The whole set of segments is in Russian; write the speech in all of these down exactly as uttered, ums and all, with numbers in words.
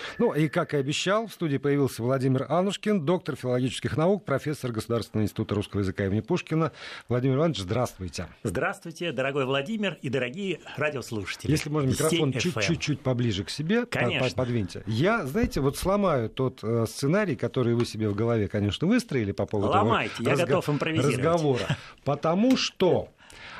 Ну и, как и обещал, в студии появился Владимир Анушкин, доктор филологических наук, профессор Государственного института русского языка имени Пушкина. Владимир Иванович, здравствуйте. Здравствуйте, дорогой Владимир и дорогие радиослушатели. Если можно, микрофон чуть-чуть поближе к себе, конечно. Подвиньте. Я, знаете, вот сломаю тот э, сценарий, который вы себе в голове, конечно, выстроили по поводу Ломайте, я разго- готов импровизировать. разговора. Потому что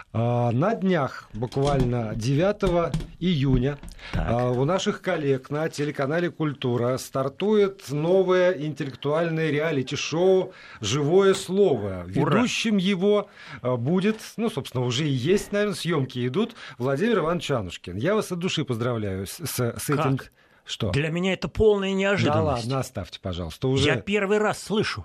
на днях, буквально девятого июня, так. у наших коллег на телеканале «Культура» стартует новое интеллектуальное реалити-шоу «Живое слово». Ура! Ведущим его будет, ну, собственно, уже и есть, наверное, съемки идут, Владимир Иванович Анушкин. Я вас от души поздравляю с, с этим. Как? Что? Для меня это полная неожиданность. Да ладно, оставьте, пожалуйста. Уже... Я первый раз слышу.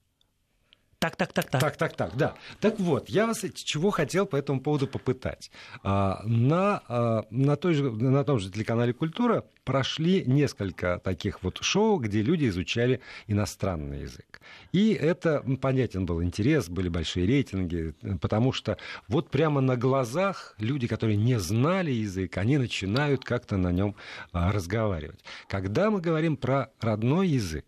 Так, так, так, так. Так, так, так, да. Так вот, я вас чего хотел по этому поводу попытать. А, на, а, на, той же, на том же телеканале «Культура» прошли несколько таких вот шоу, где люди изучали иностранный язык. И это понятен был интерес, были большие рейтинги, потому что вот прямо на глазах люди, которые не знали язык, они начинают как-то на нем а, разговаривать. Когда мы говорим про родной язык,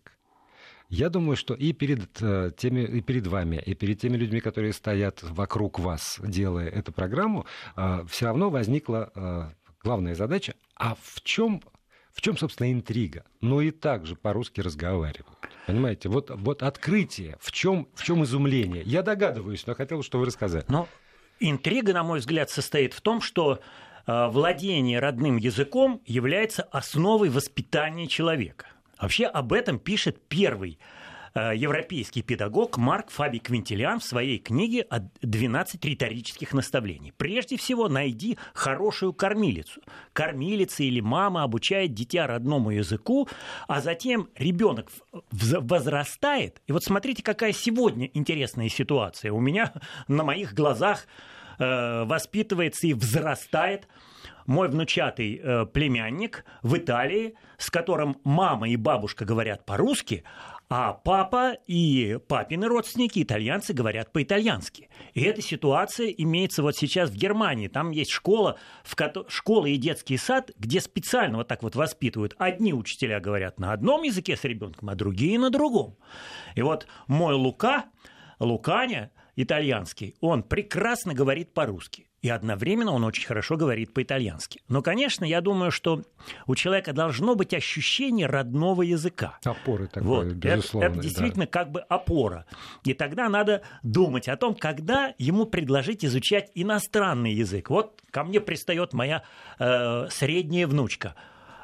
я думаю, что и перед теми, и перед вами, и перед теми людьми, которые стоят вокруг вас, делая эту программу, все равно возникла главная задача: а в чем, в чем, собственно, интрига? Ну и так же по-русски разговаривают. Понимаете? Вот, вот открытие, в чем, в чем изумление? Я догадываюсь, но хотел бы, чтобы вы рассказали. Но интрига, на мой взгляд, состоит в том, что владение родным языком является основой воспитания человека. Вообще об этом пишет первый э, европейский педагог Марк Фабий Квинтилиан в своей книге «двенадцать риторических наставлений». Прежде всего, найди хорошую кормилицу. Кормилица или мама обучает дитя родному языку, а затем ребенок возрастает. И вот смотрите, какая сегодня интересная ситуация. У меня на моих глазах э, воспитывается и взрастает мой внучатый э, племянник в Италии, с которым мама и бабушка говорят по-русски, а папа и папины родственники, итальянцы, говорят по-итальянски. И эта ситуация имеется вот сейчас в Германии. Там есть школа, в ко- школа и детский сад, где специально вот так вот воспитывают. Одни учителя говорят на одном языке с ребенком, а другие на другом. И вот мой Лука, Луканя, итальянский, он прекрасно говорит по-русски. И одновременно он очень хорошо говорит по-итальянски. Но, конечно, я думаю, что у человека должно быть ощущение родного языка. Опоры такой, вот. безусловно. Это, это действительно да. как бы опора. И тогда надо думать о том, когда ему предложить изучать иностранный язык. Вот ко мне пристает моя э, средняя внучка.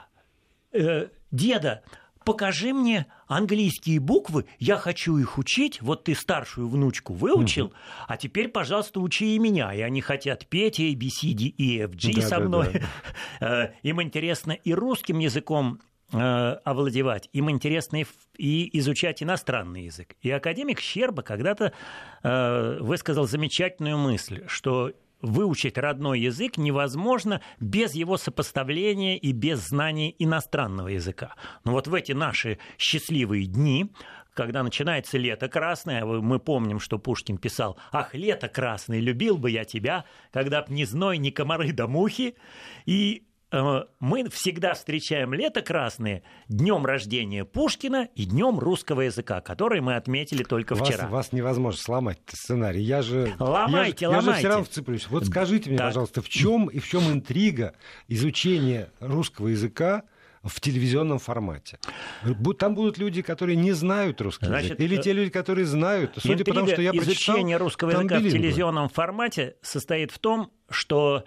Э, Деда, покажи мне английские буквы, я хочу их учить. Вот ты старшую внучку выучил, угу. а теперь, пожалуйста, учи и меня. И они хотят петь A, B, C, D, E, F, G да, со да, мной. Да. Им интересно и русским языком овладевать, им интересно и изучать иностранный язык. И академик Щерба когда-то высказал замечательную мысль, что выучить родной язык невозможно без его сопоставления и без знания иностранного языка. Но вот в эти наши счастливые дни, когда начинается лето красное, мы помним, что Пушкин писал: «Ах, лето красное, любил бы я тебя, когда б ни зной, ни комары да мухи». И мы всегда встречаем лето красное днем рождения Пушкина и днем русского языка, который мы отметили только вас, вчера. Вас невозможно сломать сценарий. Я же, ломайте, я, ломайте. Я же все равно вцеплюсь. Вот скажите мне, так. пожалуйста, в чем и в чем интрига изучения русского языка в телевизионном формате? Там будут люди, которые не знают русский Значит, язык, или те люди, которые знают. Судя по тому, что я прочитал, изучение русского языка в телевизионном формате состоит в том, что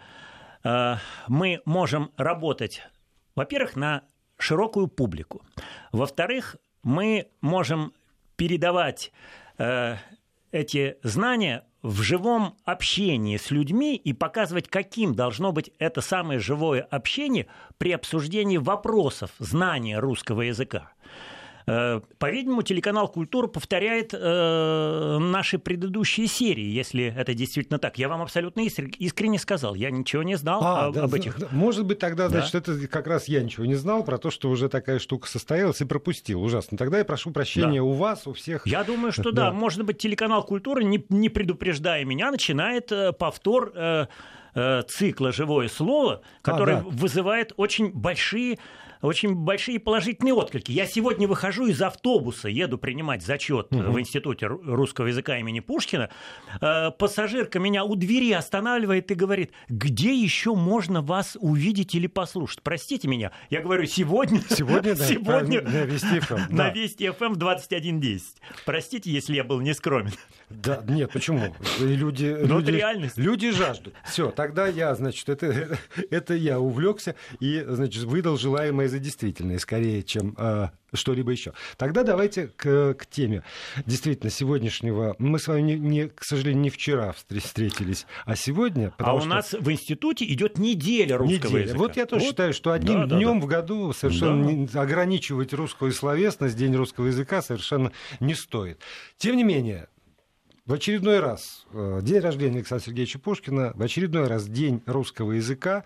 мы можем работать, во-первых, на широкую публику. Во-вторых, мы можем передавать э, эти знания в живом общении с людьми и показывать, каким должно быть это самое живое общение при обсуждении вопросов знания русского языка. По-видимому, телеканал «Культура» повторяет э, наши предыдущие серии, если это действительно так. Я вам абсолютно искренне сказал, я ничего не знал а, об, да, об этих... Может быть, тогда, да. значит, это как раз я ничего не знал про то, что уже такая штука состоялась, и пропустил. Ужасно. Тогда я прошу прощения да. у вас, у всех. Я думаю, что да. да. Может быть, телеканал «Культура», не, не предупреждая меня, начинает э, повтор... Э, цикла «Живое слово», который а, да. вызывает очень большие очень большие положительные отклики. Я сегодня выхожу из автобуса, еду принимать зачет угу. в Институте русского языка имени Пушкина. Пассажирка меня у двери останавливает и говорит: где еще можно вас увидеть или послушать? Простите меня. Я говорю, сегодня... Сегодня, да, сегодня на Вести эф эм. На Вести эф эм в двадцать один десять. Простите, если я был нескромен. Да, нет, почему? Люди, Но люди, это реальность. Люди жаждут. Все, тогда я, значит, это, это я увлекся и, значит, выдал желаемое за действительное, скорее, чем э, что-либо еще. Тогда давайте к, к теме. Действительно, сегодняшнего... Мы с вами, не, не, к сожалению, не вчера встретились, а сегодня... А у что... нас в институте идет неделя русского неделя. языка. Вот я тоже вот. считаю, что одним да, днем да, да. в году совершенно да. не, ограничивать русскую словесность, День русского языка совершенно не стоит. Тем не менее... В очередной раз день рождения Александра Сергеевича Пушкина, в очередной раз день русского языка,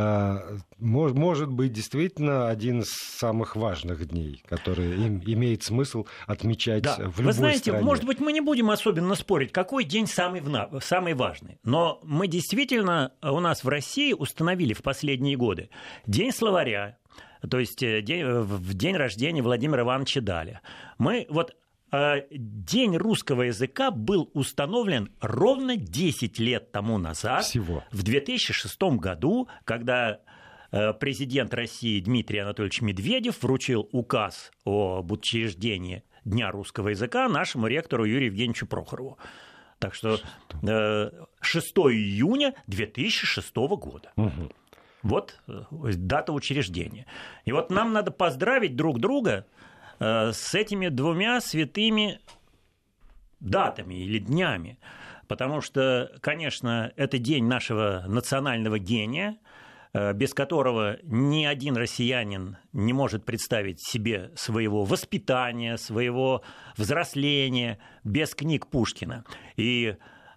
может быть действительно один из самых важных дней, которые им имеет смысл отмечать да. в любой Вы знаете, стране. Может быть, мы не будем особенно спорить, какой день самый, самый важный. Но мы действительно у нас в России установили в последние годы День словаря, то есть день, в день рождения Владимира Ивановича Даля. Мы вот... День русского языка был установлен ровно десять лет тому назад, всего. В две тысячи шестом году, когда президент России Дмитрий Анатольевич Медведев вручил указ об учреждении Дня русского языка нашему ректору Юрию Евгеньевичу Прохорову. Так что шестого июня две тысячи шестого года. Угу. Вот дата учреждения. И вот нам надо поздравить друг друга с этими двумя святыми датами или днями. Потому что, конечно, это день нашего национального гения, без которого ни один россиянин не может представить себе своего воспитания, своего взросления без книг Пушкина. И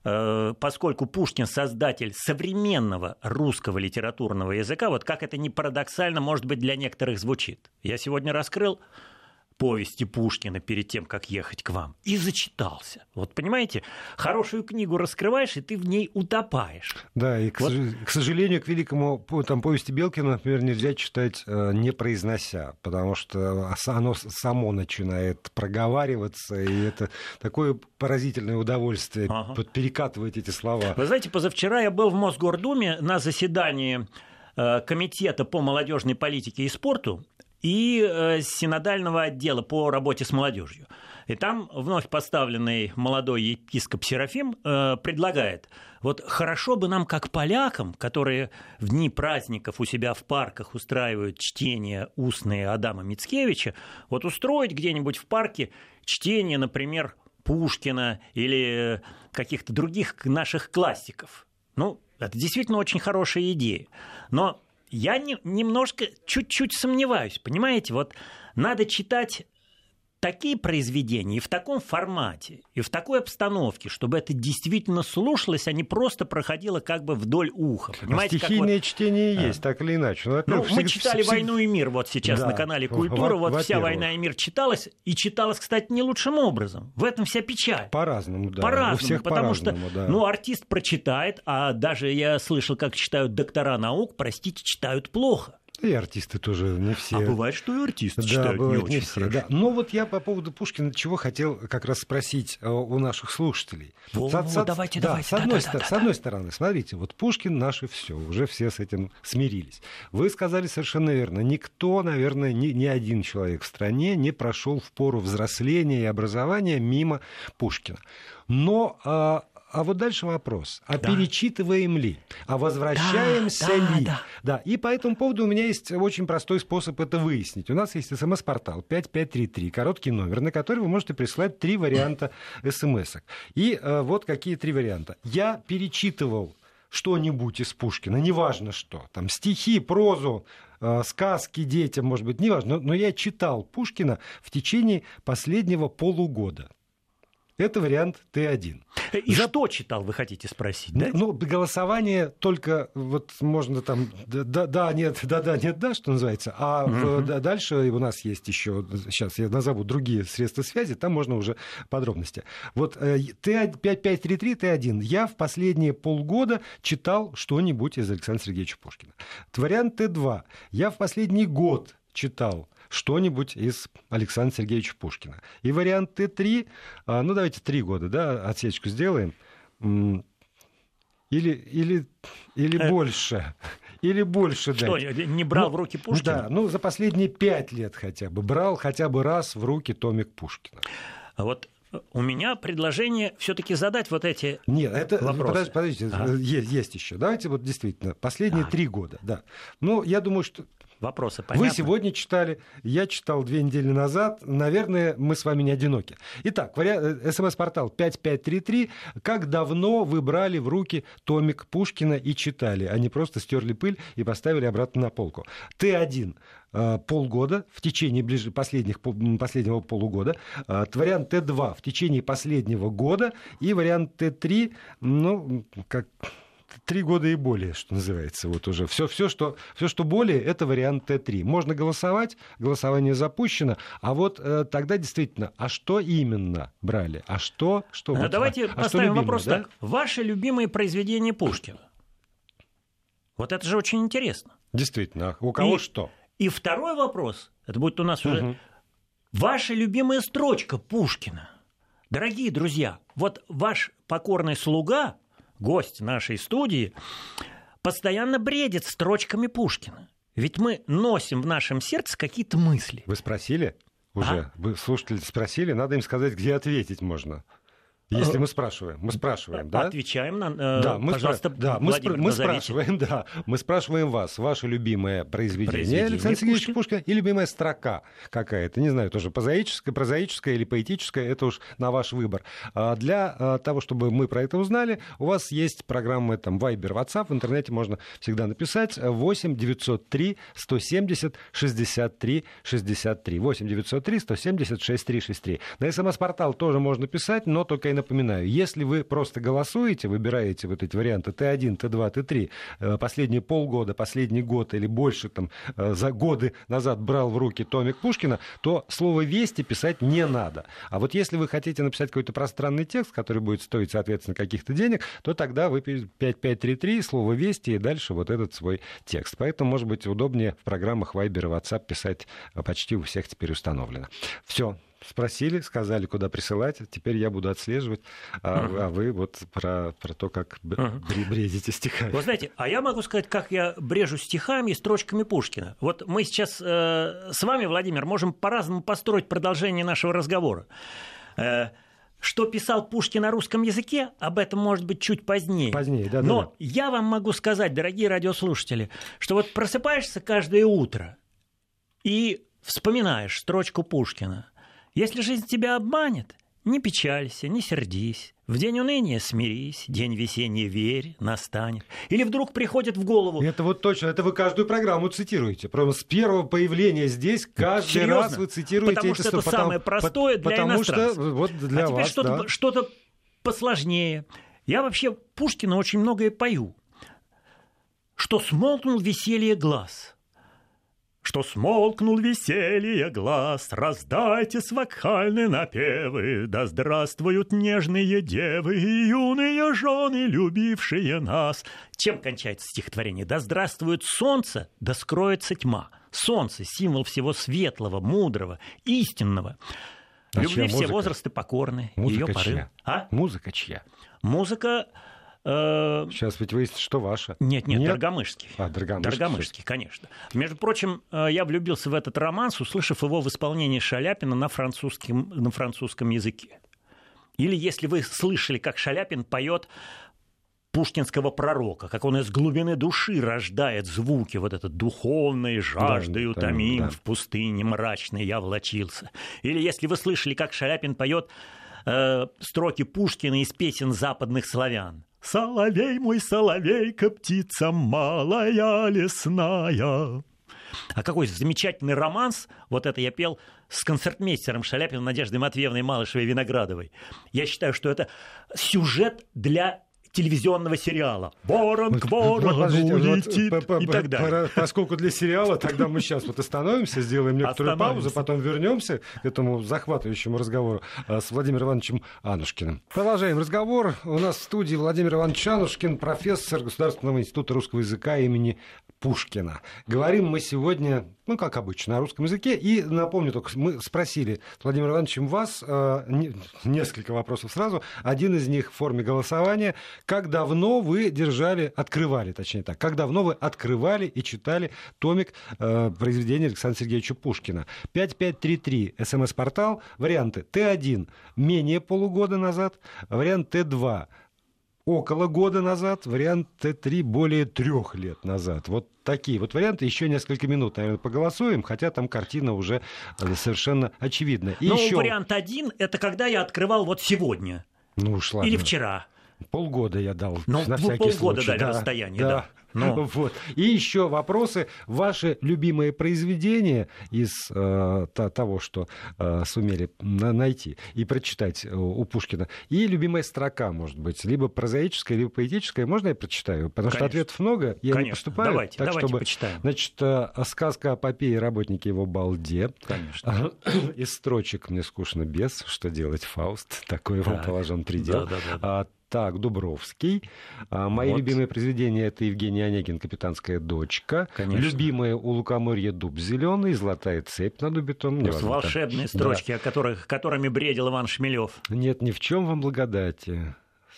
э, поскольку Пушкин создатель современного русского литературного языка, вот как это ни парадоксально, может быть, для некоторых звучит. Я сегодня раскрыл повести Пушкина перед тем, как ехать к вам, и зачитался. Вот понимаете, хорошую книгу раскрываешь, и ты в ней утопаешь. Да, и, к, вот. сож... к сожалению, к великому там, повести Белкина, например, нельзя читать, не произнося, потому что оно само начинает проговариваться, и это такое поразительное удовольствие ага. перекатывать эти слова. Вы знаете, позавчера я был в Мосгордуме на заседании Комитета по молодежной политике и спорту и э, синодального отдела по работе с молодежью. И там вновь поставленный молодой епископ Серафим э, предлагает, вот хорошо бы нам, как полякам, которые в дни праздников у себя в парках устраивают чтения устные Адама Мицкевича, вот устроить где-нибудь в парке чтение, например, Пушкина или каких-то других наших классиков. Ну, это действительно очень хорошая идея. Но я не, немножко, чуть-чуть сомневаюсь, понимаете, вот надо читать такие произведения и в таком формате, и в такой обстановке, чтобы это действительно слушалось, а не просто проходило как бы вдоль уха. Понимаете, а стихийное как вот... чтение есть, так или иначе. Ну, ну, мы всегда, читали всегда... «Войну и мир» вот сейчас да. на канале «Культура», вот во-первых. Вся «Война и мир» читалась, и читалась, кстати, не лучшим образом. В этом вся печаль. По-разному, да. По-разному, У всех потому по-разному, что да. ну, артист прочитает, а даже я слышал, как читают доктора наук, простите, читают плохо. И артисты тоже не все. А бывает, что и артисты да, читают бывает, не очень не все, хорошо. Да. Но вот я по поводу Пушкина чего хотел как раз спросить у наших слушателей. Во, со, во, давайте, да, давайте. С одной, да, ст- да, да, с одной стороны, смотрите, вот Пушкин наше все, уже все с этим смирились. Вы сказали совершенно верно. Никто, наверное, ни, ни один человек в стране не прошел в пору взросления и образования мимо Пушкина. Но... А, А вот дальше вопрос. А да. перечитываем ли? А возвращаемся да, да, ли? Да. да. И по этому поводу у меня есть очень простой способ это выяснить. У нас есть смс-портал пять пять три три, короткий номер, на который вы можете присылать три варианта смс-ок. И э, вот какие три варианта. Я перечитывал что-нибудь из Пушкина, неважно что, там стихи, прозу, э, сказки детям, может быть, неважно, но, но я читал Пушкина в течение последнего полугода. Это вариант Т один. И За... что читал, вы хотите спросить, да? Ну, голосование только, вот можно там, да, да, нет, да, да, нет, да, что называется. А угу. в, дальше у нас есть еще, сейчас я назову другие средства связи, там можно уже подробности. Вот пять пять три три, Т один. Я в последние полгода читал что-нибудь из Александра Сергеевича Пушкина. Вариант Т два. Я в последний год читал что-нибудь из Александра Сергеевича Пушкина. И вариант Т три, ну давайте три года, да, отсечку сделаем, или, или, или больше, или больше. Что, дать. не брал ну, в руки Пушкина? Да, ну за последние пять лет хотя бы брал хотя бы раз в руки томик Пушкина. А вот у меня предложение все-таки задать вот эти Нет, это, вопросы. Подождите, подождите ага. есть, есть еще. Давайте вот действительно, последние а. три года, да. Ну, я думаю, что... Вопросы понятны. Вы сегодня читали, я читал две недели назад. Наверное, мы с вами не одиноки. Итак, СМС-портал пять пять три три. Как давно вы брали в руки томик Пушкина и читали, а не просто стерли пыль и поставили обратно на полку? Т один. Полгода, в течение ближе, последних, последнего полугода. Вариант Т два в течение последнего года. И вариант Т три, ну, как... Три года и более, что называется, вот уже. Все, все, что, все, что более, это вариант Т три. Можно голосовать, голосование запущено, а вот э, тогда действительно, а что именно брали? А что? что а вот, давайте а, поставим а что любимое, вопрос да? так. Ваши любимые произведения Пушкина? Вот это же очень интересно. Действительно, у кого и, что? И второй вопрос, это будет у нас уже... Угу. Ваша любимая строчка Пушкина. Дорогие друзья, вот ваш покорный слуга... гость нашей студии, постоянно бредит строчками Пушкина. Ведь мы носим в нашем сердце какие-то мысли. Вы спросили уже? А? Вы, слушатели, спросили? Надо им сказать, где ответить можно. Если мы спрашиваем, мы спрашиваем, да? Отвечаем на, э, да, мы пожалуйста, спра... да, мы, спра... мы спрашиваем, да, мы спрашиваем вас, ваше любимое произведение, произведение Александра Сергеевича Пушкина и любимая строка какая-то, не знаю, тоже прозаическая, прозаическая или поэтическая, это уж на ваш выбор. А для того, чтобы мы про это узнали, у вас есть программы там Viber, WhatsApp, в интернете можно всегда написать восемь девятьсот три сто семьдесят шестьдесят три шестьдесят три, восемь девятьсот три сто семьдесят шестьдесят три шестьдесят три. На СМС-портал тоже можно писать, но только и напоминаю, если вы просто голосуете, выбираете вот эти варианты Т один, Т два, Т три, последние полгода, последний год или больше там, за годы назад брал в руки томик Пушкина, то слово «Вести» писать не надо. А вот если вы хотите написать какой-то пространный текст, который будет стоить, соответственно, каких-то денег, то тогда вы пять пять три три, слово «Вести» и дальше вот этот свой текст. Поэтому, может быть, удобнее в программах Viber и WhatsApp писать, почти у всех теперь установлено. Все. Спросили, сказали, куда присылать. Теперь я буду отслеживать, а, uh-huh. а вы вот про, про то, как uh-huh. бредите стихами. Вы знаете, а я могу сказать, как я брежу стихами и строчками Пушкина. Вот мы сейчас э, с вами, Владимир, можем по-разному построить продолжение нашего разговора. Э, что писал Пушкин на русском языке, об этом может быть чуть позднее. Позднее, да, Но да, да. я вам могу сказать, дорогие радиослушатели, что вот просыпаешься каждое утро и вспоминаешь строчку Пушкина. Если жизнь тебя обманет, не печалься, не сердись. В день уныния смирись, день весенний верь, настанет. Или вдруг приходит в голову... Это вот точно, это вы каждую программу цитируете. Прямо с первого появления здесь каждый Серьезно? раз вы цитируете потому эти что это слова. самое простое для потому иностранцев. Что, вот для а теперь вас, что-то, да. что-то посложнее. Я вообще Пушкина очень многое пою. Что смолкнул веселье глаз... Что смолкнул веселье глаз, раздайтесь вокальные напевы, да здравствуют нежные девы и юные жены, любившие нас. Чем кончается стихотворение? Да здравствует солнце, да скроется тьма. Солнце — символ всего светлого, мудрого, истинного. А Любви все музыка? возрасты покорны. Музыка ее порыв. чья? А? Музыка чья? Музыка... Э... Сейчас ведь выяснится, что ваша. Нет, нет, нет? Дорогомышский. А, Дорогомышский. Дорогомышский, конечно. Между прочим, я влюбился в этот романс, услышав его в исполнении Шаляпина на французском, на французском языке. Или если вы слышали, как Шаляпин поет пушкинского пророка, как он из глубины души рождает звуки вот этот духовной жаждой да, утомим, да, да. В пустыне мрачной я влачился. Или если вы слышали, как Шаляпин поет э, строки Пушкина из песен западных славян. «Соловей мой, соловейка, птица малая лесная». А какой замечательный романс, вот это я пел с концертмейстером Шаляпиным Надеждой Матвеевной Малышевой-Виноградовой. Я считаю, что это сюжет для телевизионного сериала. Ворон к ворону летит и так далее. Поскольку для сериала, тогда мы сейчас вот остановимся, сделаем некоторую паузу, потом вернемся к этому захватывающему разговору с Владимиром Ивановичем Анушкиным. Продолжаем разговор. У нас в студии Владимир Иванович Анушкин, профессор Государственного института русского языка имени Пушкина. Говорим мы сегодня, ну, как обычно, на русском языке. И напомню, только мы спросили с Владимиром Ивановичем вас э, не, несколько вопросов сразу. Один из них в форме голосования. Как давно вы держали, открывали, точнее так, как давно вы открывали и читали томик э, произведения Александра Сергеевича Пушкина? пять пять три три, смс-портал. Варианты Т один менее полугода назад, вариант Т два около года назад, вариант Т три более трех лет назад. Вот такие вот варианты. Еще несколько минут, наверное, поголосуем, хотя там картина уже совершенно очевидна. И Но еще... вариант один — это когда я открывал вот сегодня. Ну уж ладно. Или вчера. Полгода я дал, ну, на всякий полгода случай. дали да, расстояние, да. да. Ну. Вот. И еще вопросы. Ваши любимые произведения из э, того, что э, сумели на- найти и прочитать э, у Пушкина. И любимая строка, может быть, либо прозаическая, либо поэтическая. Можно я прочитаю? Потому Конечно. что ответов много, я Конечно. не поступаю. Давайте, так, давайте чтобы... почитаем. Значит, э, сказка о попе и работнике его балде. Конечно. Из строчек «Мне скучно без», что делать, Фауст, такой вам Так. положен предел. Да, да, да. Так, Дубровский. А, мои Вот. любимые произведения — это Евгений Онегин, «Капитанская дочка». Конечно. Любимые у Лукоморья «Дуб зеленый», «Золотая цепь над убитым». Волшебные строчки, да. о которых, которыми бредил Иван Шмелев. Нет, ни в чем вам благодати.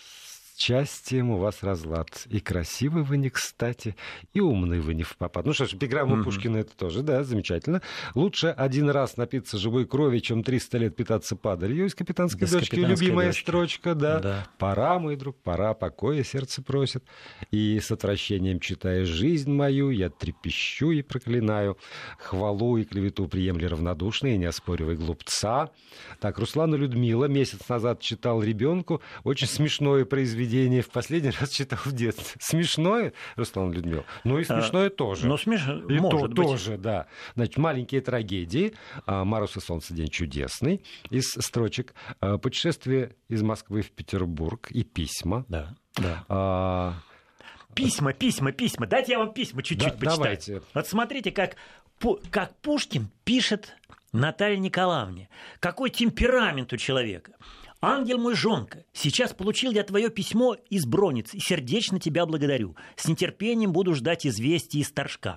Счастьем у вас разлад. И красивый вы не кстати, и умный вы не впопад. Ну что ж, эпиграмма mm-hmm. Пушкина — это тоже, да, замечательно. Лучше один раз напиться живой крови, чем триста лет питаться падалью. Из «Капитанской да, дочки» любимая дочки. строчка, да. да. Пора, мой друг, пора, покоя сердце просит. И с отвращением читая жизнь мою, я трепещу и проклинаю. Хвалу и клевету приемли равнодушно, и не оспоривай глупца. Так, Руслан и Людмила месяц назад читал ребенку очень смешное произведение. В последний раз читал в детстве. Смешное, Руслан и Людмила? Ну и смешное а, тоже. Ну, смеш... И может то, быть. тоже, да. Значит, маленькие трагедии. «Мороз и солнце. День чудесный». Из строчек «Путешествие из Москвы в Петербург» и «Письма». Да, да. А... Письма, письма, письма. Дайте я вам письма чуть-чуть да, почитаю. Давайте. Вот смотрите, как, как Пушкин пишет Наталье Николаевне. Какой темперамент у человека. «Ангел мой, жонка, сейчас получил я твое письмо из Броницы и сердечно тебя благодарю. С нетерпением буду ждать известий из Торжка.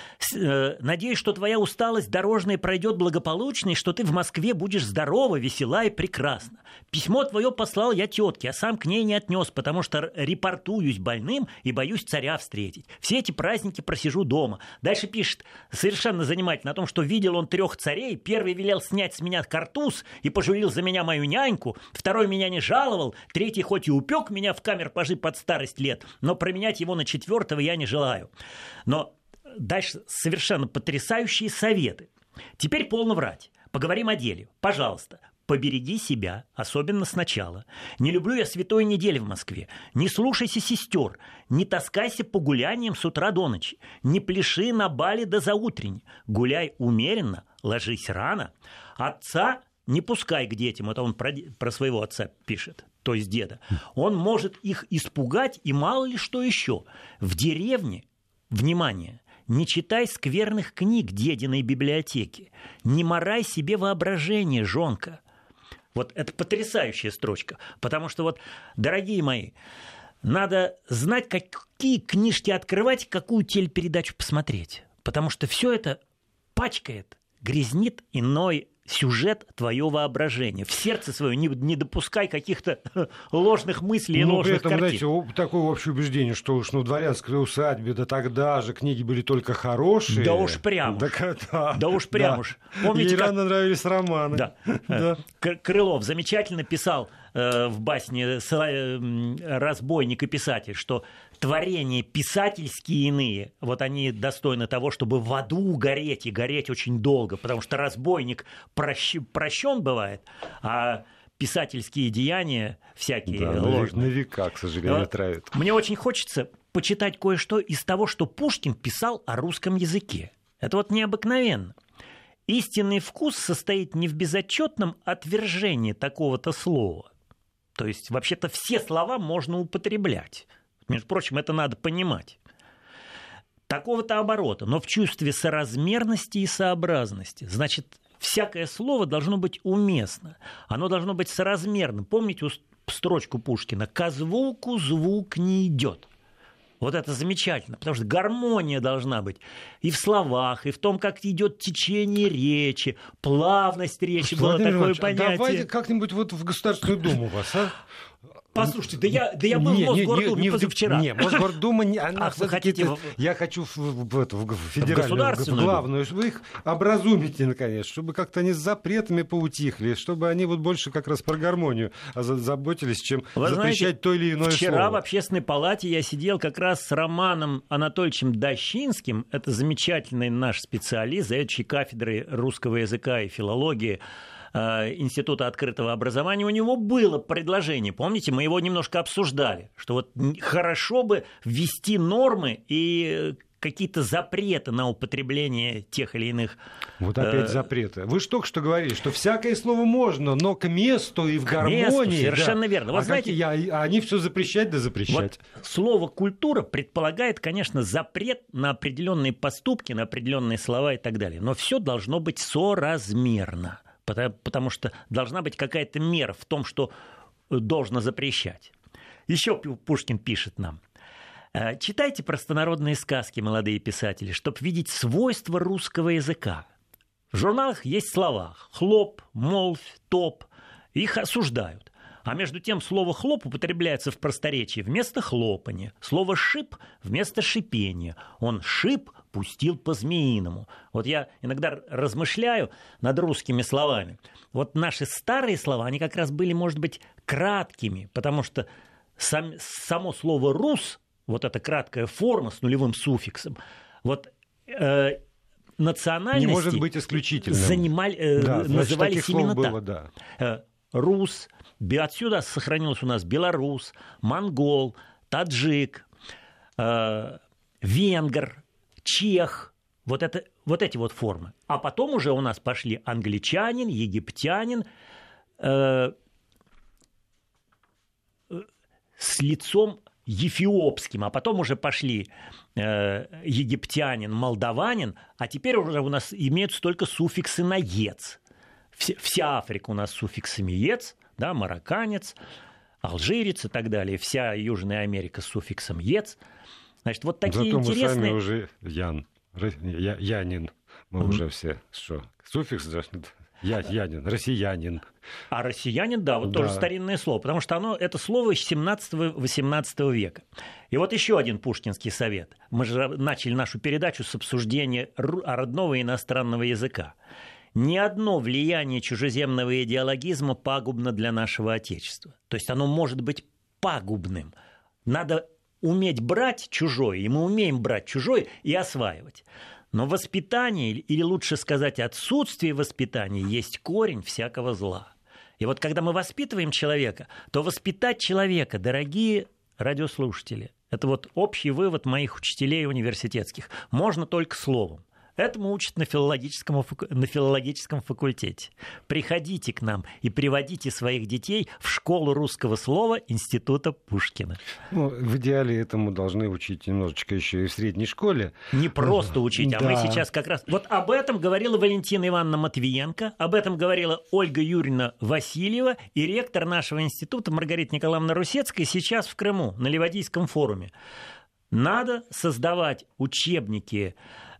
Надеюсь, что твоя усталость дорожная пройдет благополучно, и что ты в Москве будешь здорова, весела и прекрасна. Письмо твое послал я тетке, а сам к ней не отнес, потому что репортуюсь больным и боюсь царя встретить. Все эти праздники просижу дома». Дальше пишет совершенно занимательно о том, что видел он трех царей. Первый велел снять с меня картуз и пожурил за меня мою няньку. Второй меня не жаловал. Третий хоть и упек меня в камер-пажи под старость лет, но променять его на четвертого я не желаю. Но дальше совершенно потрясающие советы. Теперь полно врать. Поговорим о деле. Пожалуйста, побереги себя, особенно сначала. Не люблю я святой недели в Москве. Не слушайся сестер. Не таскайся по гуляниям с утра до ночи. Не пляши на бале до заутренней. Гуляй умеренно, ложись рано. Отца не пускай к детям. Это он про, про своего отца пишет. То есть деда. Он может их испугать и мало ли что еще. В деревне, внимание, не читай скверных книг дединой библиотеки. Не морай себе воображение, жонка. Вот это потрясающая строчка. Потому что вот, дорогие мои, надо знать, какие книжки открывать, какую телепередачу посмотреть. Потому что все это пачкает, грязнит иной сюжет твое воображение. В сердце свое не, не допускай каких-то ложных мыслей и ну, ложных при этом, картин. Знаете, такое общее убеждение, что уж ну, в дворянской усадьбе, да тогда же книги были только хорошие. Да уж прям уж. Да, да, да уж прям да. уж. Помните, ей как... рано нравились романы. Да. Да. Крылов замечательно писал э, в басне «Разбойник и писатель», что творения писательские иные, вот они достойны того, чтобы в аду гореть, и гореть очень долго, потому что разбойник прощ... прощен бывает, а писательские деяния всякие да, ложные. На века, к сожалению, травят. Мне очень хочется почитать кое-что из того, что Пушкин писал о русском языке. Это вот необыкновенно. Истинный вкус состоит не в безотчетном отвержении такого-то слова. То есть, вообще-то, все слова можно употреблять. Между прочим, это надо понимать. Такого-то оборота, но в чувстве соразмерности и сообразности. Значит, всякое слово должно быть уместно. Оно должно быть соразмерным. Помните строчку Пушкина? «Ко звуку звук не идет». Вот это замечательно, потому что гармония должна быть и в словах, и в том, как идет течение речи, плавность речи, было такое понятие. Давайте как-нибудь вот в Государственную Думу вас, а? Послушайте, да я, да я был не, в Мосгордуме не, не, позавчера. Нет, Мосгордума, не, она Ах, вы хотите... в... Я хочу в, в, в, в, в федеральную, в главную, чтобы их образумите, наконец, чтобы как-то они с запретами поутихли, чтобы они вот больше как раз про гармонию заботились, чем вы запрещать знаете, то или иное вчера слово. Вчера в Общественной палате я сидел как раз с Романом Анатольевичем Дощинским, это замечательный наш специалист, заведующий кафедрой русского языка и филологии Института открытого образования. У него было предложение, помните, мы его немножко обсуждали, что вот хорошо бы ввести нормы и какие-то запреты на употребление тех или иных... Вот опять э... запреты. Вы же только что говорили, что всякое слово можно, но к месту и в к гармонии... Месту, совершенно да. верно. Вот а знаете, я, они все запрещать да запрещать. Вот слово «культура» предполагает, конечно, запрет на определенные поступки, на определенные слова и так далее. Но все должно быть соразмерно. Потому что должна быть какая-то мера в том, что должно запрещать. Еще Пушкин пишет нам. Читайте простонародные сказки, молодые писатели, чтобы видеть свойства русского языка. В журналах есть слова «хлоп», «молвь», «топ». Их осуждают. А между тем слово «хлоп» употребляется в просторечии вместо хлопания. Слово «шип» вместо шипения. Он шип пустил по-змеиному. Вот я иногда размышляю над русскими словами. Вот наши старые слова, они как раз были, может быть, краткими, потому что сам, само слово «рус», вот эта краткая форма с нулевым суффиксом, вот э, национальности... Не может быть исключительным. Занимали, э, да, назывались значит, именно было, так. Да. Рус, отсюда сохранилось у нас белорус, монгол, таджик, э, венгр, чех, вот, это, вот эти вот формы. А потом уже у нас пошли англичанин, египтянин э, э, с лицом эфиопским, а потом уже пошли э, египтянин, молдаванин, а теперь уже у нас имеются только суффиксы на «ец». Вся Африка у нас с суффиксами «ец», да, марокканец, алжирец и так далее. Вся Южная Америка с суффиксом «ец». Значит, вот такие Зато интересные... мы сами уже Ян, я, Янин, мы mm-hmm. уже все, что, суффикс, я, Янин, россиянин. А россиянин, да, вот да. тоже старинное слово, потому что оно, это слово семнадцатого-восемнадцатого века. И вот еще один пушкинский совет. Мы же начали нашу передачу с обсуждения родного и иностранного языка. Ни одно влияние чужеземного идеологизма пагубно для нашего Отечества. То есть оно может быть пагубным. Надо уметь брать чужое, и мы умеем брать чужое и осваивать. Но воспитание, или лучше сказать отсутствие воспитания, есть корень всякого зла. И вот когда мы воспитываем человека, то воспитать человека, дорогие радиослушатели, это вот общий вывод моих учителей университетских, можно только словом. Этому учат на филологическом, на филологическом факультете. Приходите к нам и приводите своих детей в школу русского слова Института Пушкина. Ну, в идеале этому должны учить немножечко еще и в средней школе. Не просто учить, а да. мы сейчас как раз... Вот об этом говорила Валентина Ивановна Матвиенко, об этом говорила Ольга Юрьевна Васильева и ректор нашего института Маргарита Николаевна Русецкая сейчас в Крыму на Ливадийском форуме. Надо создавать учебники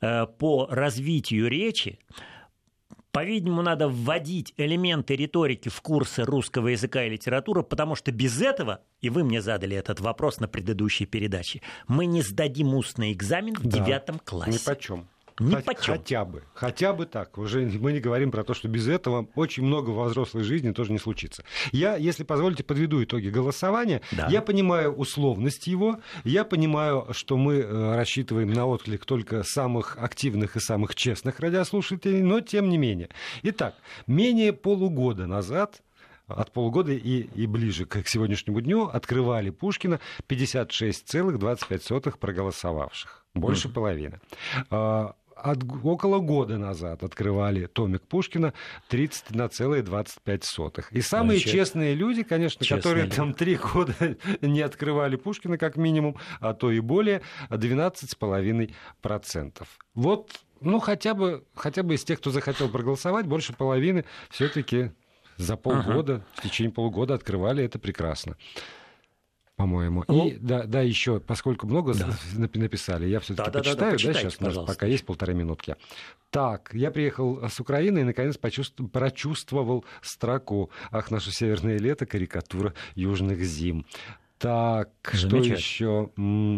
по развитию речи. По-видимому, надо вводить элементы риторики в курсы русского языка и литературы, потому что без этого, и вы мне задали этот вопрос на предыдущей передаче, мы не сдадим устный экзамен в да, девятом классе. Ни почем. Ни почем. Хотя бы. Хотя бы так. Уже мы не говорим про то, что без этого очень много во взрослой жизни тоже не случится. Я, если позволите, подведу итоги голосования. Да. Я понимаю условность его. Я понимаю, что мы рассчитываем на отклик только самых активных и самых честных радиослушателей, но тем не менее. Итак, менее полугода назад... От полугода и, и ближе к сегодняшнему дню открывали Пушкина пятьдесят шесть целых двадцать пять сотых проголосовавших. Больше mm-hmm. половины. от, около года назад открывали томик Пушкина тридцать одна целая двадцать пять сотых. И самые Значит, честные люди, конечно, честные которые люди. Там три года не открывали Пушкина как минимум, а то и более, двенадцать целых пять десятых процента. Вот, ну, хотя бы, хотя бы из тех, кто захотел проголосовать, больше половины все-таки за полгода, ага. в течение полугода открывали. Это прекрасно. По-моему. Ну, и да, да, еще, поскольку много да. написали, я все-таки да, почитаю, да, да, да, сейчас, пожалуйста. Пока есть полторы минутки. Так, я приехал с Украины и, наконец, почувствовал, прочувствовал строку «Ах, наше северное лето, карикатура южных зим». Так, что еще?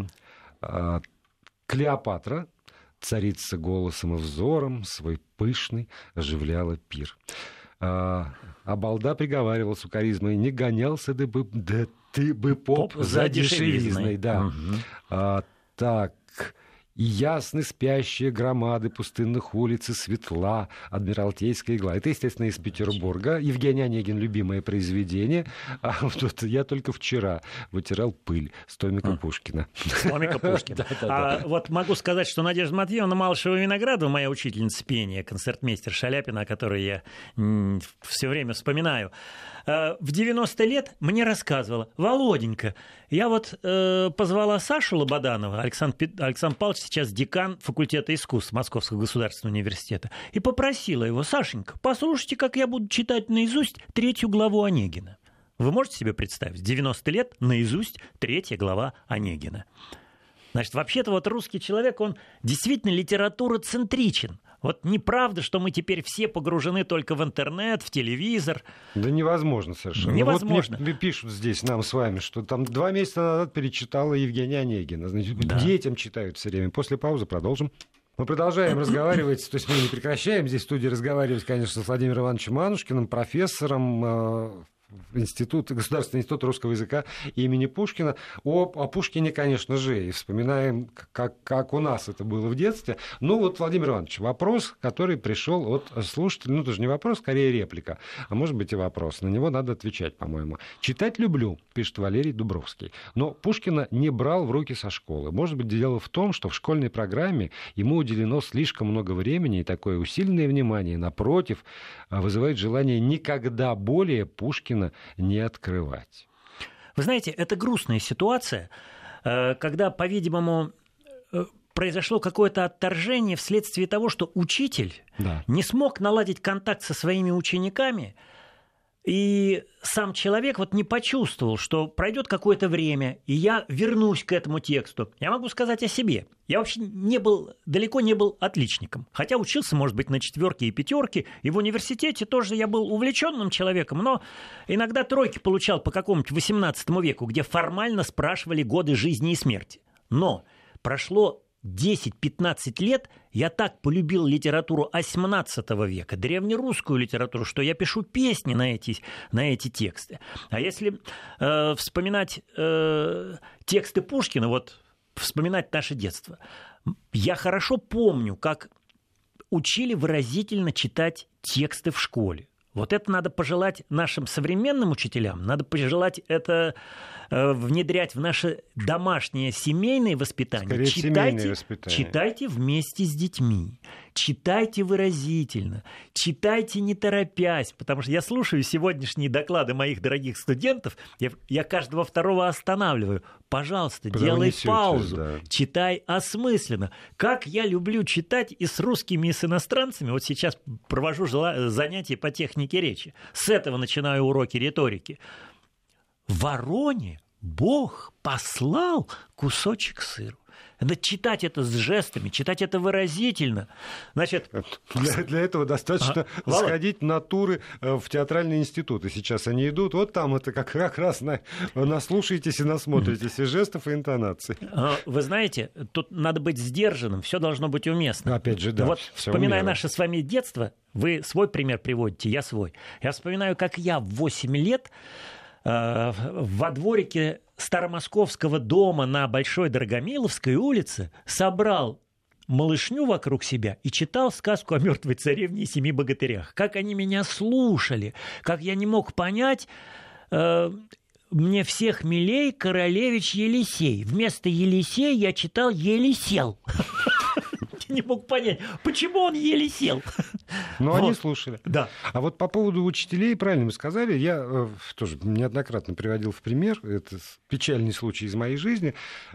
Клеопатра, царица голосом и взором, свой пышный оживляла пир. А, а балда приговаривал с укоризмой: не гонялся ты бы, да ты бы поп, поп за дешевизной. Да. Угу. А, так, и ясны спящие громады пустынных улиц и светла Адмиралтейская игла. Это, естественно, из Петербурга. Евгений Онегин, любимое произведение. А вот я только вчера вытирал пыль с томика Пушкина. С томика Пушкина. А вот могу сказать, что Надежда Матвеевна Малышева-Виноградова, моя учительница пения, концертмейстер Шаляпина, о которой я все время вспоминаю, в девяносто лет мне рассказывала: Володенька, я вот э, позвала Сашу Лободанова, Александр, Александр Павлович сейчас декан факультета искусств Московского государственного университета, и попросила его: Сашенька, послушайте, как я буду читать наизусть третью главу Онегина. Вы можете себе представить? девяносто лет наизусть третья глава Онегина. Значит, вообще-то вот русский человек, он действительно литературоцентричен. Вот неправда, что мы теперь все погружены только в интернет, в телевизор. Да невозможно совершенно. Невозможно. Вот мне пишут здесь нам с вами, что там два месяца назад перечитала Евгения Онегина. Значит, да. Детям читают все время. После паузы продолжим. Мы продолжаем разговаривать, то есть мы не прекращаем здесь в студии разговаривать, конечно, с Владимиром Ивановичем Манушкиным, профессором Институт, Государственный институт русского языка имени Пушкина. О, о Пушкине, конечно же, и вспоминаем, как, как у нас это было в детстве. Ну вот, Владимир Иванович, вопрос, который пришел от слушателя, ну, тоже не вопрос, скорее реплика, а может быть и вопрос. На него надо отвечать, по-моему. «Читать люблю», пишет Валерий Дубровский, но Пушкина не брал в руки со школы. Может быть, дело в том, что в школьной программе ему уделено слишком много времени, и такое усиленное внимание, напротив, вызывает желание никогда более Пушкина не открывать. Вы знаете, это грустная ситуация, когда, по-видимому, произошло какое-то отторжение вследствие того, что учитель да. не смог наладить контакт со своими учениками, и сам человек вот не почувствовал, что пройдет какое-то время, и я вернусь к этому тексту. Я могу сказать о себе. Я вообще не был, далеко не был отличником. Хотя учился, может быть, на четверке и пятерке. И в университете тоже я был увлеченным человеком, но иногда тройки получал по какому-нибудь восемнадцатому веку, где формально спрашивали годы жизни и смерти. Но прошло десять-пятнадцать лет, я так полюбил литературу восемнадцатого века, древнерусскую литературу, что я пишу песни на эти, на эти тексты. А если э, вспоминать э, тексты Пушкина, вот вспоминать наше детство, я хорошо помню, как учили выразительно читать тексты в школе. Вот это надо пожелать нашим современным учителям, надо пожелать это э, внедрять в наше домашнее семейное воспитание. Скорее, читайте, семейное воспитание. Читайте вместе с детьми, читайте выразительно, читайте не торопясь, потому что я слушаю сегодняшние доклады моих дорогих студентов, я, я каждого второго останавливаю. Пожалуйста, Куда делай паузу, да. читай осмысленно. Как я люблю читать и с русскими, и с иностранцами. Вот сейчас провожу занятия по технике речи. С этого начинаю уроки риторики. Вороне Бог послал кусочек сыру. Надо читать это с жестами, читать это выразительно. Значит, для, для этого достаточно а, сходить на туры в театральные институты. Сейчас они идут. Вот там это как, как раз на, наслушаетесь и насмотритесь и жестов, и интонаций. Вы знаете, тут надо быть сдержанным, все должно быть уместно. Опять же, да. Вот вспоминая наше с вами детство, вы свой пример приводите, я свой. Я вспоминаю, как я в восемь лет э, во дворике Старомосковского дома на Большой Дорогомиловской улице собрал малышню вокруг себя и читал сказку о мертвой царевне и семи богатырях. Как они меня слушали, как я не мог понять, э, мне всех милей королевич Елисей. Вместо Елисей я читал Елисел. не мог понять, почему он еле сел. Но Вот. они слушали. Да. А вот по поводу учителей, правильно вы сказали, я э, тоже неоднократно приводил в пример, это печальный случай из моей жизни.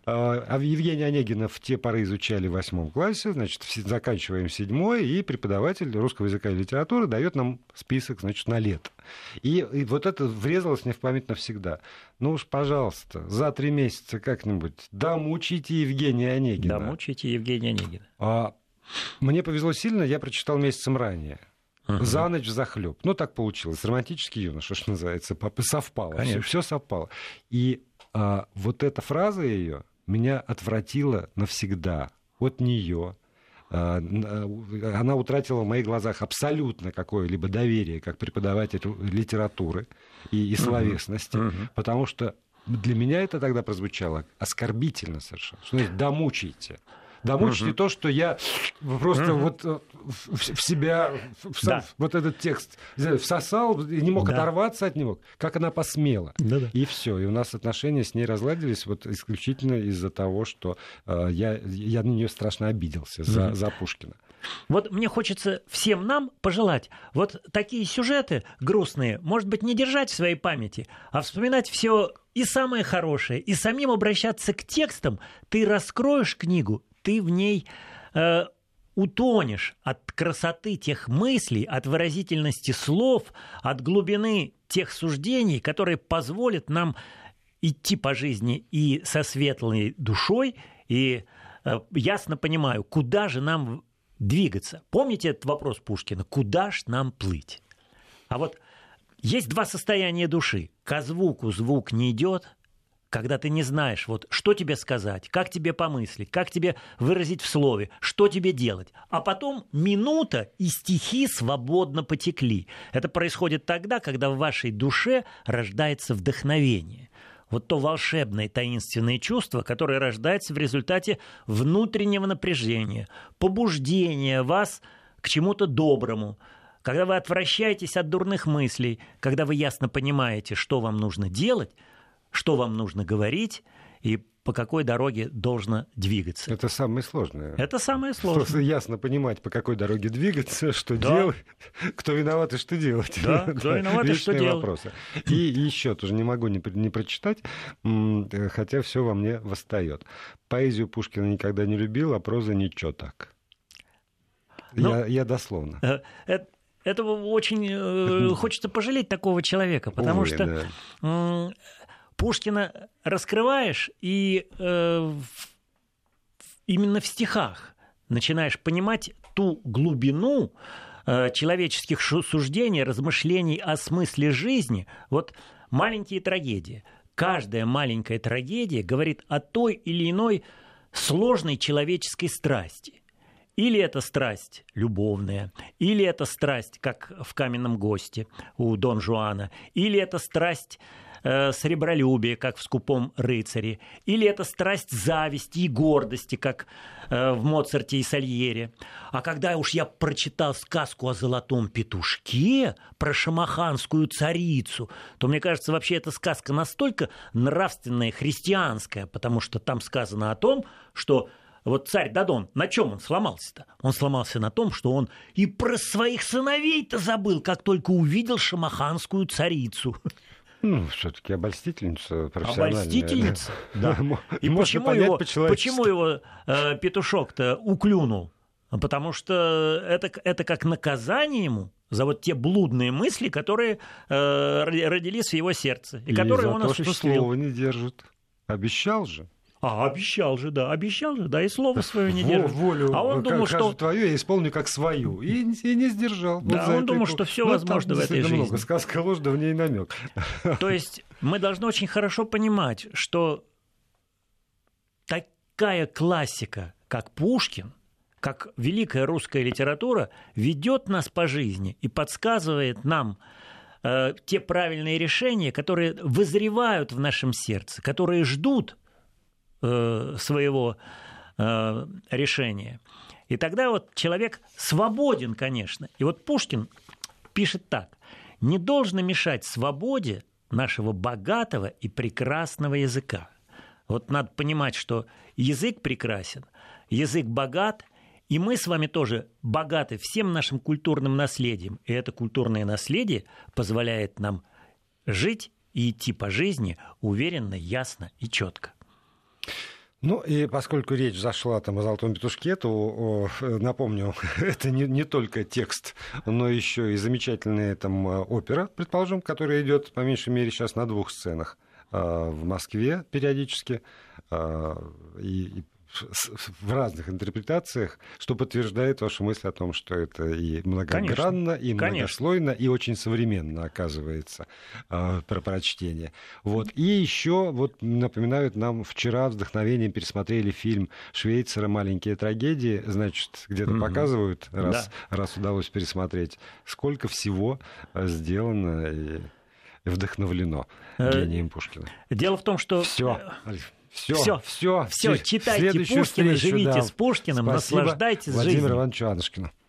А Евгения Онегина в те поры изучали в восьмом классе, значит, заканчиваем седьмой, и преподаватель русского языка и литературы дает нам список, значит, на лето. И, и вот это врезалось мне в память навсегда. Ну уж, пожалуйста, за три месяца как-нибудь домучите Евгения Онегина. Домучите Евгения Онегина. А мне повезло сильно, я прочитал месяцем ранее. Uh-huh. За ночь взахлеб. Ну, так получилось. Романтический юноша, что называется, совпало. Все, все совпало. И а, вот эта фраза ее меня отвратила навсегда от нее. А, она утратила в моих глазах абсолютно какое-либо доверие как преподаватель литературы и, и словесности, uh-huh. Uh-huh. потому что для меня это тогда прозвучало оскорбительно совершенно. Что значит «домучайте»? Домучите uh-huh. то, что я просто uh-huh. вот в, в себя, в, да. в, вот этот текст всосал и не мог да. оторваться от него, как она посмела. Да-да. И все. И у нас отношения с ней разладились вот исключительно из-за того, что э, я, я на нее страшно обиделся uh-huh. за, за Пушкина. Вот мне хочется всем нам пожелать вот такие сюжеты грустные, может быть, не держать в своей памяти, а вспоминать все и самое хорошее, и самим обращаться к текстам. Ты раскроешь книгу, ты в ней э, утонешь от красоты тех мыслей, от выразительности слов, от глубины тех суждений, которые позволят нам идти по жизни и со светлой душой, и э, ясно понимаю, куда же нам двигаться. Помните этот вопрос Пушкина? Куда ж нам плыть? А вот есть два состояния души. Ко звуку звук не идет, когда ты не знаешь, вот, что тебе сказать, как тебе помыслить, как тебе выразить в слове, что тебе делать. А потом минута, и стихи свободно потекли. Это происходит тогда, когда в вашей душе рождается вдохновение. Вот то волшебное таинственное чувство, которое рождается в результате внутреннего напряжения, побуждения вас к чему-то доброму, когда вы отвращаетесь от дурных мыслей, когда вы ясно понимаете, что вам нужно делать, что вам нужно говорить и по какой дороге должно двигаться. Это самое сложное. Это самое сложное. Просто ясно понимать, по какой дороге двигаться, что да. делать, кто виноват и что делать. Да, кто виноват и что делать. Вопросы. И еще тоже не могу не, не прочитать, хотя все во мне восстает. Поэзию Пушкина никогда не любил, а проза ничего так. Ну, я, я дословно. Это, это очень э, хочется пожалеть такого человека, потому Ой, что... Да. Э, Пушкина раскрываешь, и э, именно в стихах начинаешь понимать ту глубину э, человеческих суждений, размышлений о смысле жизни. Вот маленькие трагедии. Каждая маленькая трагедия говорит о той или иной сложной человеческой страсти. Или это страсть любовная, или это страсть, как в «Каменном госте» у Дон Жуана, или это страсть... сребролюбие, как в «Скупом рыцаре», или это страсть зависти и гордости, как э, в «Моцарте и Сальере». А когда уж я прочитал сказку о золотом петушке, про шамаханскую царицу, то, мне кажется, вообще эта сказка настолько нравственная, христианская, потому что там сказано о том, что вот царь Дадон, на чем он сломался-то? Он сломался на том, что он и про своих сыновей-то забыл, как только увидел шамаханскую царицу. Ну, все-таки обольстительница профессиональная. Обольстительница, да. И почему его, почему его э, петушок-то уклюнул? Потому что это, это как наказание ему за вот те блудные мысли, которые э, родились в его сердце. И, и которые за он то, осуществил. Что слово не держит. Обещал же. А, обещал же, да, обещал же, да, и слово свое не держит. Волю, а он думал, что твою я исполню как свою, и, и не сдержал. Да, вот он думал, что все ну, возможно в этой жизни. Много. Сказка ложь, да в ней намек. То есть мы должны очень хорошо понимать, что такая классика, как Пушкин, как великая русская литература, ведет нас по жизни и подсказывает нам э, те правильные решения, которые вызревают в нашем сердце, которые ждут своего э, решения. И тогда вот человек свободен, конечно. И вот Пушкин пишет так. «Не должно мешать свободе нашего богатого и прекрасного языка». Вот надо понимать, что язык прекрасен, язык богат, И мы с вами тоже богаты всем нашим культурным наследием. И это культурное наследие позволяет нам жить и идти по жизни уверенно, ясно и четко. Ну, и поскольку речь зашла там о «Золотом петушке», то, напомню, это не, не только текст, но еще и замечательная там опера, предположим, которая идет, по меньшей мере, сейчас на двух сценах в Москве периодически, и в разных интерпретациях, что подтверждает вашу мысль о том, что это и многогранно, конечно, и многослойно, конечно. И очень современно оказывается э, про прочтение. Вот. И еще вот напоминают нам, вчера вдохновением пересмотрели фильм Швейцара «Маленькие трагедии», значит, где-то mm-hmm. показывают, раз, да. раз удалось пересмотреть, сколько всего сделано и вдохновлено гением Пушкина. Дело в том, что... Все. Все, все, все, все, читайте Пушкина, встречу, живите да. с Пушкиным, Спасибо, наслаждайтесь Владимир жизнью. Владимирович Анушкину.